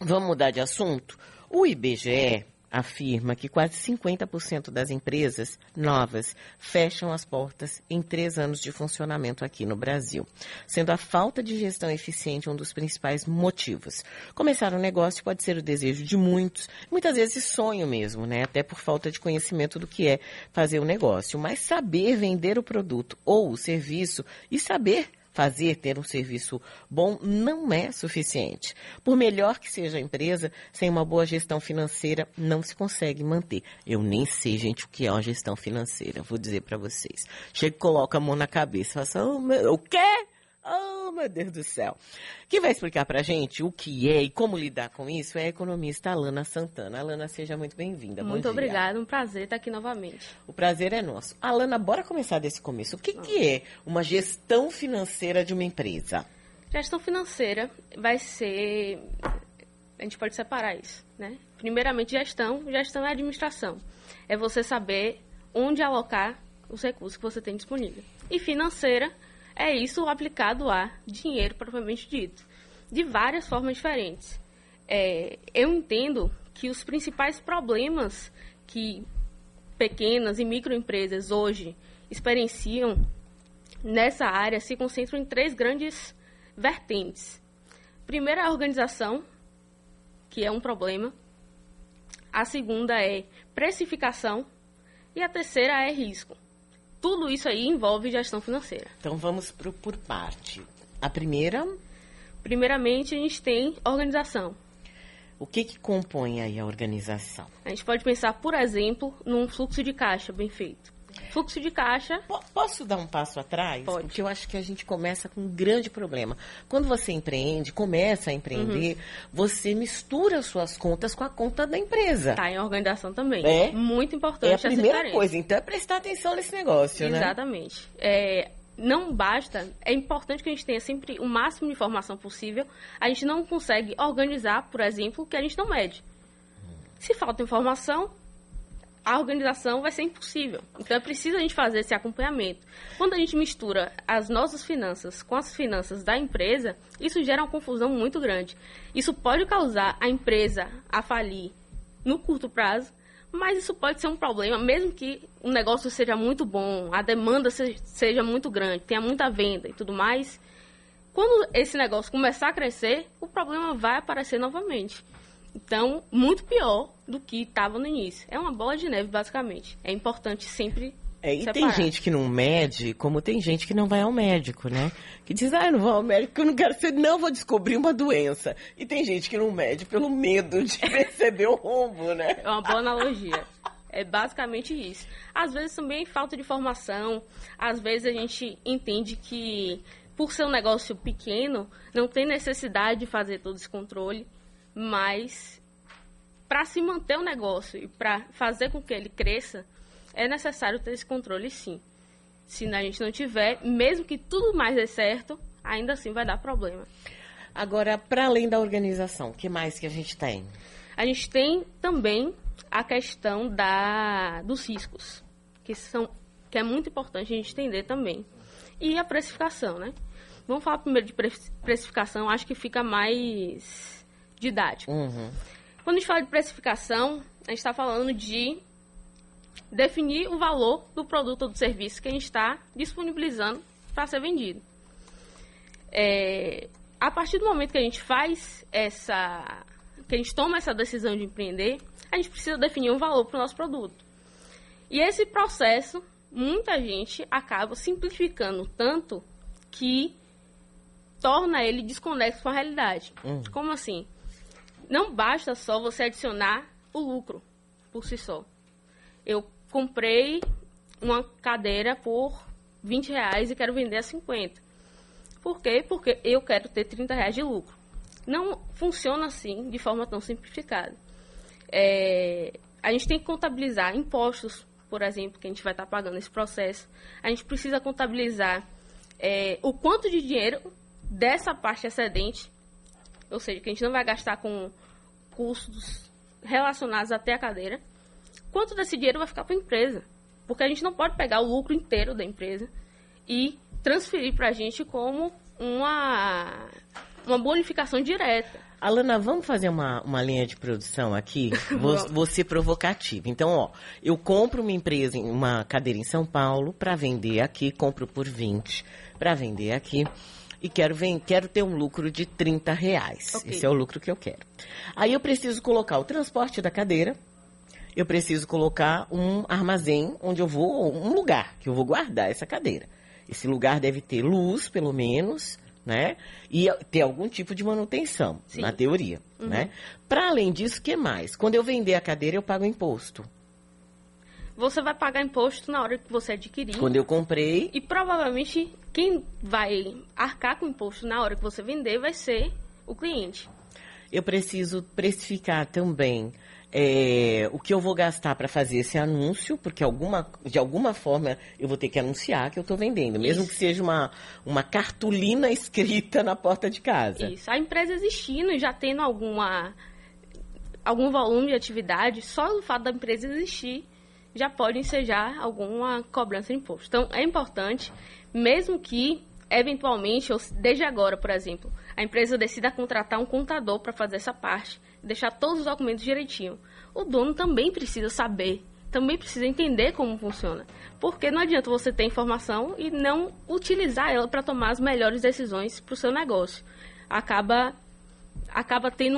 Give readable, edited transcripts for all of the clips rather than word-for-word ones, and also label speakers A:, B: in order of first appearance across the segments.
A: Vamos mudar de assunto? O IBGE afirma que quase 50% das empresas novas fecham as portas em 3 anos de funcionamento aqui no Brasil, sendo a falta de gestão eficiente um dos principais motivos. Começar um negócio pode ser o desejo de muitos, muitas vezes sonho mesmo, né? Até por falta de conhecimento do que é fazer um negócio. Mas saber vender o produto ou o serviço e saber ter um serviço bom não é suficiente. Por melhor que seja a empresa, sem uma boa gestão financeira, não se consegue manter. Eu nem sei, gente, o que é uma gestão financeira, vou dizer para vocês. Chega e coloca a mão na cabeça, fala assim, o quê? Oh, meu Deus do céu. Quem vai explicar pra gente o que é e como lidar com isso é a economista Alana Santana. Alana, seja muito bem-vinda.
B: Muito obrigada, um prazer estar aqui novamente.
A: O prazer é nosso. Alana, bora começar desse começo. O que é uma gestão financeira de uma empresa?
B: Gestão financeira vai ser... A gente pode separar isso, né? Primeiramente, gestão é administração. É você saber onde alocar os recursos que você tem disponível. E financeira é isso aplicado a dinheiro propriamente dito, de várias formas diferentes. Eu entendo que os principais problemas que pequenas e microempresas hoje experienciam nessa área se concentram em 3 grandes vertentes. Primeiro, a organização, que é um problema. A segunda é precificação. E a terceira é risco. Tudo isso aí envolve gestão financeira.
A: Então, vamos por parte. A primeira?
B: Primeiramente, a gente tem organização.
A: O que compõe aí a organização?
B: A gente pode pensar, por exemplo, num fluxo de caixa bem feito. Fluxo de caixa...
A: Posso dar um passo atrás?
B: Pode.
A: Porque eu acho que a gente começa com um grande problema. Quando você começa a empreender, você mistura suas contas com a conta da empresa.
B: Tá, em organização também.
A: É?
B: Muito importante.
A: É a primeira coisa. Então, é prestar atenção nesse negócio, né?
B: Exatamente. Não basta, é importante que a gente tenha sempre o máximo de informação possível. A gente não consegue organizar, por exemplo, o que a gente não mede. Se falta informação, a organização vai ser impossível. Então, é preciso a gente fazer esse acompanhamento. Quando a gente mistura as nossas finanças com as finanças da empresa, isso gera uma confusão muito grande. Isso pode causar a empresa a falir no curto prazo, mas isso pode ser um problema, mesmo que o negócio seja muito bom, a demanda seja muito grande, tenha muita venda e tudo mais. Quando esse negócio começar a crescer, o problema vai aparecer novamente. Então, muito pior do que estava no início. É uma bola de neve, basicamente. É importante sempre
A: e
B: separar.
A: Tem gente que não mede, como tem gente que não vai ao médico, né? Que diz, eu não vou ao médico, eu não quero ser, não vou descobrir uma doença. E tem gente que não mede pelo medo de perceber o rombo, né?
B: É uma boa analogia. É basicamente isso. Às vezes também falta de formação. Às vezes a gente entende que, por ser um negócio pequeno, não tem necessidade de fazer todo esse controle. Mas, para se manter o negócio e para fazer com que ele cresça, é necessário ter esse controle, sim. Se a gente não tiver, mesmo que tudo mais dê certo, ainda assim vai dar problema.
A: Agora, para além da organização, o que mais que a gente tem?
B: A gente tem também a questão dos riscos, que é muito importante a gente entender também. E a precificação, né? Vamos falar primeiro de precificação, acho que fica mais didático. Quando a gente fala de precificação, a gente está falando de definir o valor do produto ou do serviço que a gente está disponibilizando para ser vendido. A partir do momento que a gente que a gente toma essa decisão de empreender, a gente precisa definir um valor para o nosso produto. E esse processo, muita gente acaba simplificando tanto que torna ele desconexo com a realidade. Como assim? Não basta só você adicionar o lucro por si só. Eu comprei uma cadeira por R$20 e quero vender a 50. Por quê? Porque eu quero ter R$30 de lucro. Não funciona assim, de forma tão simplificada. A gente tem que contabilizar impostos, por exemplo, que a gente vai estar pagando nesse processo. A gente precisa contabilizar o quanto de dinheiro dessa parte excedente, ou seja, que a gente não vai gastar com custos relacionados até a cadeira, quanto desse dinheiro vai ficar para a empresa. Porque a gente não pode pegar o lucro inteiro da empresa e transferir para a gente como uma bonificação direta.
A: Alana, vamos fazer uma linha de produção aqui? Vou ser provocativa. Então, ó, eu compro uma empresa, uma cadeira em São Paulo para vender aqui, compro por 20 para vender aqui e quero ter um lucro de R$30. Okay. Esse é o lucro que eu quero. Aí eu preciso colocar o transporte da cadeira, eu preciso colocar um armazém onde eu vou, um lugar que eu vou guardar essa cadeira. Esse lugar deve ter luz, pelo menos, né? E ter algum tipo de manutenção, sim, na teoria, né? Para além disso, o que mais? Quando eu vender a cadeira, eu pago imposto.
B: Você vai pagar imposto na hora que você adquirir.
A: Quando eu comprei.
B: E provavelmente quem vai arcar com o imposto na hora que você vender vai ser o cliente.
A: Eu preciso precificar também o que eu vou gastar para fazer esse anúncio, porque de alguma forma eu vou ter que anunciar que eu estou vendendo, mesmo que seja uma cartolina escrita na porta de casa.
B: Isso. A empresa existindo e já tendo algum volume de atividade, só o fato da empresa existir já pode ensejar alguma cobrança de imposto. Então, é importante, mesmo que, eventualmente, ou desde agora, por exemplo, a empresa decida contratar um contador para fazer essa parte, deixar todos os documentos direitinho. O dono também precisa saber, também precisa entender como funciona. Porque não adianta você ter informação e não utilizar ela para tomar as melhores decisões para o seu negócio. Acaba tendo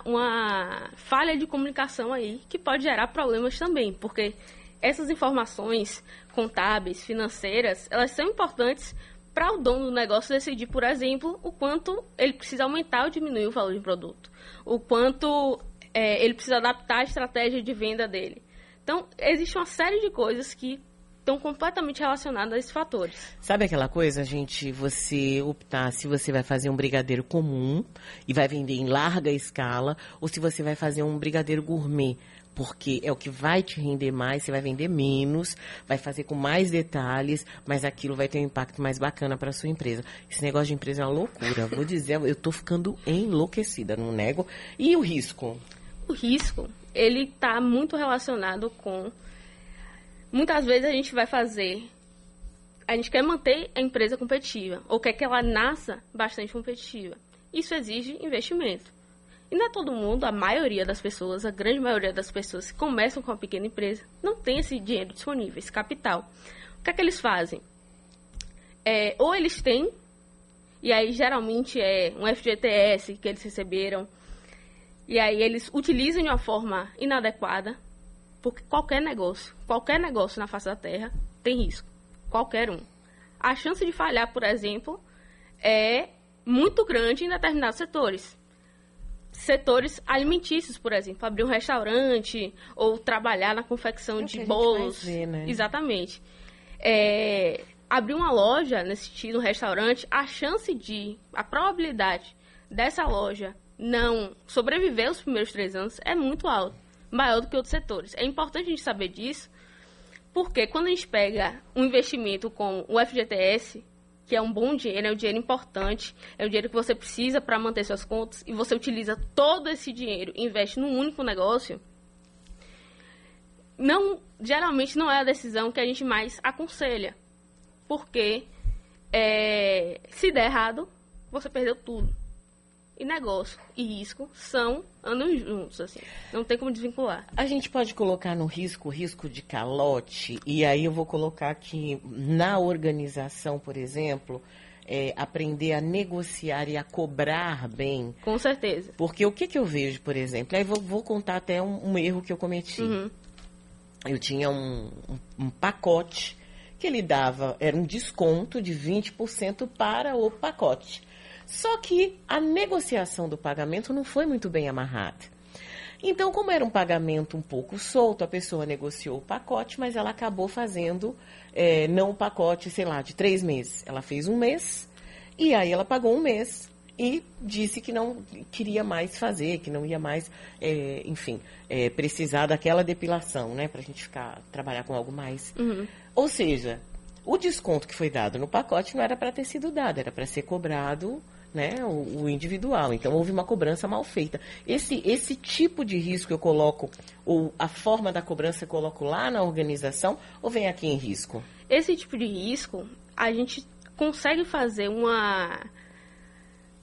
B: uma falha de comunicação aí que pode gerar problemas também, porque essas informações contábeis, financeiras, elas são importantes para o dono do negócio decidir, por exemplo, o quanto ele precisa aumentar ou diminuir o valor de produto, o quanto ele precisa adaptar a estratégia de venda dele. Então, existe uma série de coisas que estão completamente relacionadas a esses fatores.
A: Sabe aquela coisa, gente, você optar se você vai fazer um brigadeiro comum e vai vender em larga escala, ou se você vai fazer um brigadeiro gourmet, porque é o que vai te render mais, você vai vender menos, vai fazer com mais detalhes, mas aquilo vai ter um impacto mais bacana para a sua empresa. Esse negócio de empresa é uma loucura. Vou dizer, eu estou ficando enlouquecida, não nego. E o risco?
B: O risco, ele está muito relacionado com... Muitas vezes a gente quer manter a empresa competitiva, ou quer que ela nasça bastante competitiva. Isso exige investimento. E não é todo mundo, a maioria das pessoas, a grande maioria das pessoas que começam com uma pequena empresa, não tem esse dinheiro disponível, esse capital. O que é que eles fazem? Ou eles têm, e aí geralmente é um FGTS que eles receberam, e aí eles utilizam de uma forma inadequada, porque qualquer negócio na face da terra tem risco, qualquer um. A chance de falhar, por exemplo, é muito grande em determinados setores. Setores alimentícios, por exemplo, abrir um restaurante ou trabalhar na confecção de bolos.
A: Ver, né?
B: Exatamente. Abrir uma loja nesse sentido, um restaurante, a probabilidade dessa loja não sobreviver os primeiros 3 anos é muito alta, maior do que outros setores. É importante a gente saber disso, porque quando a gente pega um investimento como o FGTS, que é um bom dinheiro, é um dinheiro importante, é um dinheiro que você precisa para manter suas contas, e você utiliza todo esse dinheiro e investe num único negócio, geralmente não é a decisão que a gente mais aconselha. Porque se der errado, você perdeu tudo. E negócio e risco andam juntos, assim. Não tem como desvincular.
A: A gente pode colocar no risco de calote, e aí eu vou colocar aqui na organização, por exemplo, aprender a negociar e a cobrar bem.
B: Com certeza.
A: Porque o que eu vejo, por exemplo, aí vou contar até um erro que eu cometi.
B: Uhum.
A: Eu tinha um pacote que ele dava, era um desconto de 20% para o pacote. Só que a negociação do pagamento não foi muito bem amarrada. Então, como era um pagamento um pouco solto, a pessoa negociou o pacote, mas ela acabou fazendo não o pacote, sei lá, de 3 meses. Ela fez 1 mês e aí ela pagou 1 mês e disse que não queria mais fazer, que não ia mais, precisar daquela depilação, né? Pra gente trabalhar com algo mais.
B: Uhum.
A: Ou seja, o desconto que foi dado no pacote não era para ter sido dado, era para ser cobrado, né, o individual. Então, houve uma cobrança mal feita. Esse tipo de risco eu coloco, ou a forma da cobrança eu coloco lá na organização, ou vem aqui em risco?
B: Esse tipo de risco, a gente consegue fazer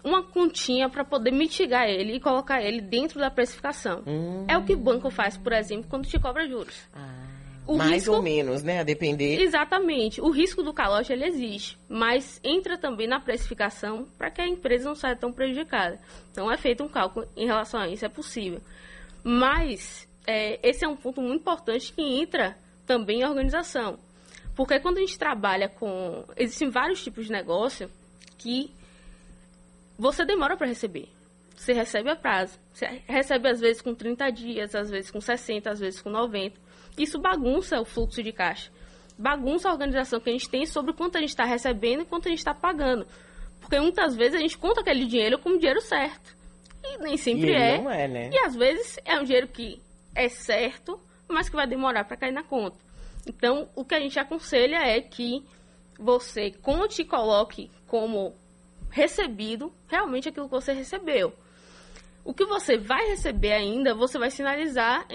B: uma continha para poder mitigar ele e colocar ele dentro da precificação. É o que o banco faz, por exemplo, quando te cobra juros.
A: Mais ou menos, né? A depender.
B: Exatamente. O risco do calote, ele existe, mas entra também na precificação para que a empresa não saia tão prejudicada. Então, é feito um cálculo em relação a isso, é possível. Mas, esse é um ponto muito importante que entra também em organização. Porque quando a gente trabalha com... Existem vários tipos de negócio que você demora para receber. Você recebe a prazo. Você recebe, às vezes, com 30 dias, às vezes com 60, às vezes com 90. Isso bagunça o fluxo de caixa. Bagunça a organização que a gente tem sobre quanto a gente está recebendo e quanto a gente está pagando. Porque muitas vezes a gente conta aquele dinheiro como dinheiro certo. E nem sempre
A: não é, né?
B: E às vezes é um dinheiro que é certo, mas que vai demorar para cair na conta. Então, o que a gente aconselha é que você conte e coloque como recebido realmente aquilo que você recebeu. O que você vai receber ainda, você vai sinalizar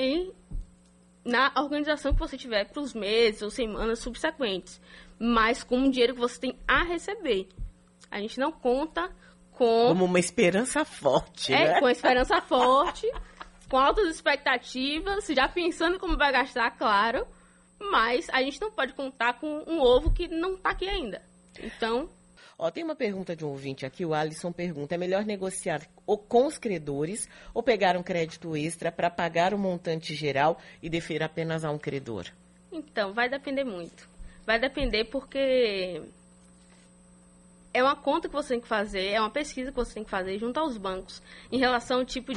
B: na organização que você tiver para os meses ou semanas subsequentes, mas com o dinheiro que você tem a receber. A gente não conta
A: como uma esperança forte, né?
B: Com esperança forte, com altas expectativas, já pensando em como vai gastar, claro, mas a gente não pode contar com um ovo que não está aqui ainda. Então...
A: Tem uma pergunta de um ouvinte aqui, o Alisson pergunta, é melhor negociar com os credores ou pegar um crédito extra para pagar o montante geral e defer apenas a um credor?
B: Então, vai depender muito. Vai depender porque é uma conta que você tem que fazer, é uma pesquisa que você tem que fazer junto aos bancos em relação ao tipo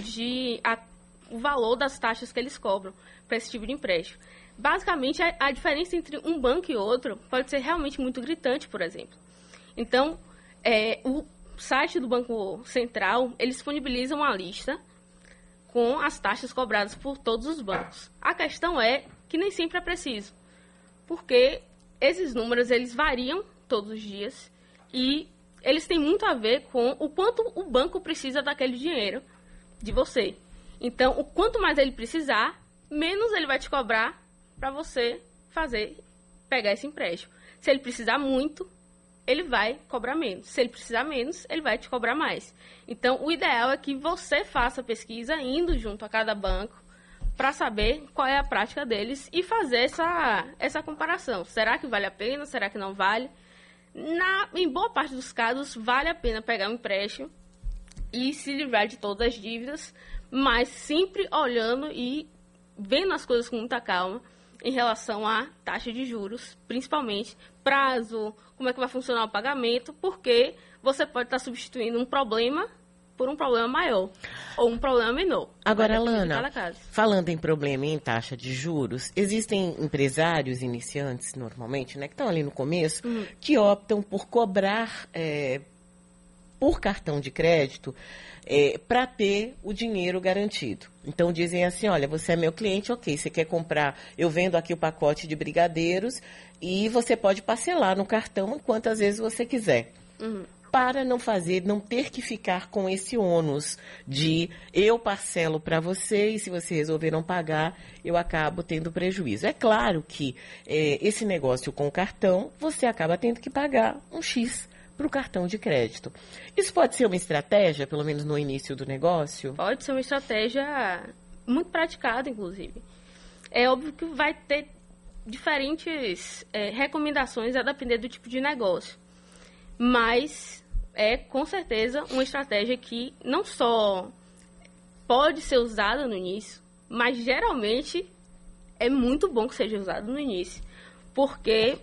B: o valor das taxas que eles cobram para esse tipo de empréstimo. Basicamente, a diferença entre um banco e outro pode ser realmente muito gritante, por exemplo. Então, o site do Banco Central, ele disponibiliza uma lista com as taxas cobradas por todos os bancos. A questão é que nem sempre é preciso, porque esses números, eles variam todos os dias e eles têm muito a ver com o quanto o banco precisa daquele dinheiro de você. Então, o quanto mais ele precisar, menos ele vai te cobrar para você pegar esse empréstimo. Se ele precisar muito, ele vai cobrar menos. Se ele precisar menos, ele vai te cobrar mais. Então, o ideal é que você faça a pesquisa indo junto a cada banco para saber qual é a prática deles e fazer essa comparação. Será que vale a pena? Será que não vale? Em boa parte dos casos, vale a pena pegar um empréstimo e se livrar de todas as dívidas, mas sempre olhando e vendo as coisas com muita calma em relação à taxa de juros, principalmente prazo, como é que vai funcionar o pagamento, porque você pode estar substituindo um problema por um problema maior ou um problema menor.
A: Agora, Alana, falando em problema e em taxa de juros, existem empresários iniciantes, normalmente, né, que estão ali no começo, que optam por cobrar por cartão de crédito para ter o dinheiro garantido. Então, dizem assim, olha, você é meu cliente, ok, você quer comprar, eu vendo aqui o pacote de brigadeiros e você pode parcelar no cartão quantas vezes você quiser. Para não ter que ficar com esse ônus de eu parcelo para você e se você resolver não pagar, eu acabo tendo prejuízo. É claro que esse negócio com o cartão, você acaba tendo que pagar um X para o cartão de crédito. Isso pode ser uma estratégia, pelo menos no início do negócio?
B: Pode ser uma estratégia muito praticada, inclusive. É óbvio que vai ter diferentes recomendações a depender do tipo de negócio. Mas é, com certeza, uma estratégia que não só pode ser usada no início, mas geralmente é muito bom que seja usado no início. Porque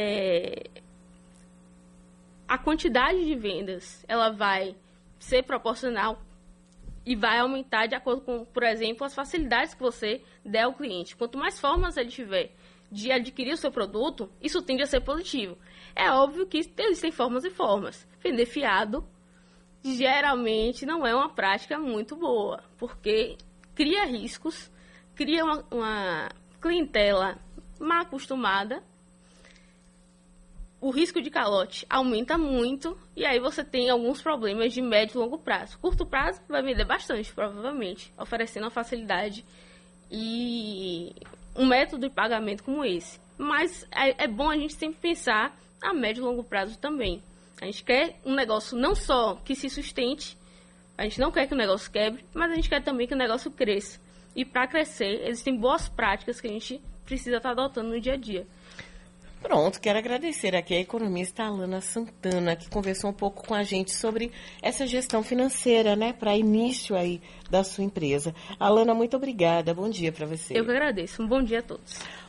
B: a quantidade de vendas, ela vai ser proporcional e vai aumentar de acordo com, por exemplo, as facilidades que você der ao cliente. Quanto mais formas ele tiver de adquirir o seu produto, isso tende a ser positivo. É óbvio que existem formas e formas. Vender fiado geralmente não é uma prática muito boa, porque cria riscos, cria uma clientela mal acostumada, o risco de calote aumenta muito e aí você tem alguns problemas de médio e longo prazo. Curto prazo vai vender bastante, provavelmente, oferecendo uma facilidade e um método de pagamento como esse. Mas é bom a gente sempre pensar a médio e longo prazo também. A gente quer um negócio não só que se sustente, a gente não quer que o negócio quebre, mas a gente quer também que o negócio cresça. E para crescer, existem boas práticas que a gente precisa estar adotando no dia a dia.
A: Pronto, quero agradecer aqui a economista Alana Santana, que conversou um pouco com a gente sobre essa gestão financeira, né, para início aí da sua empresa. Alana, muito obrigada. Bom dia para você.
B: Eu que agradeço. Um bom dia a todos.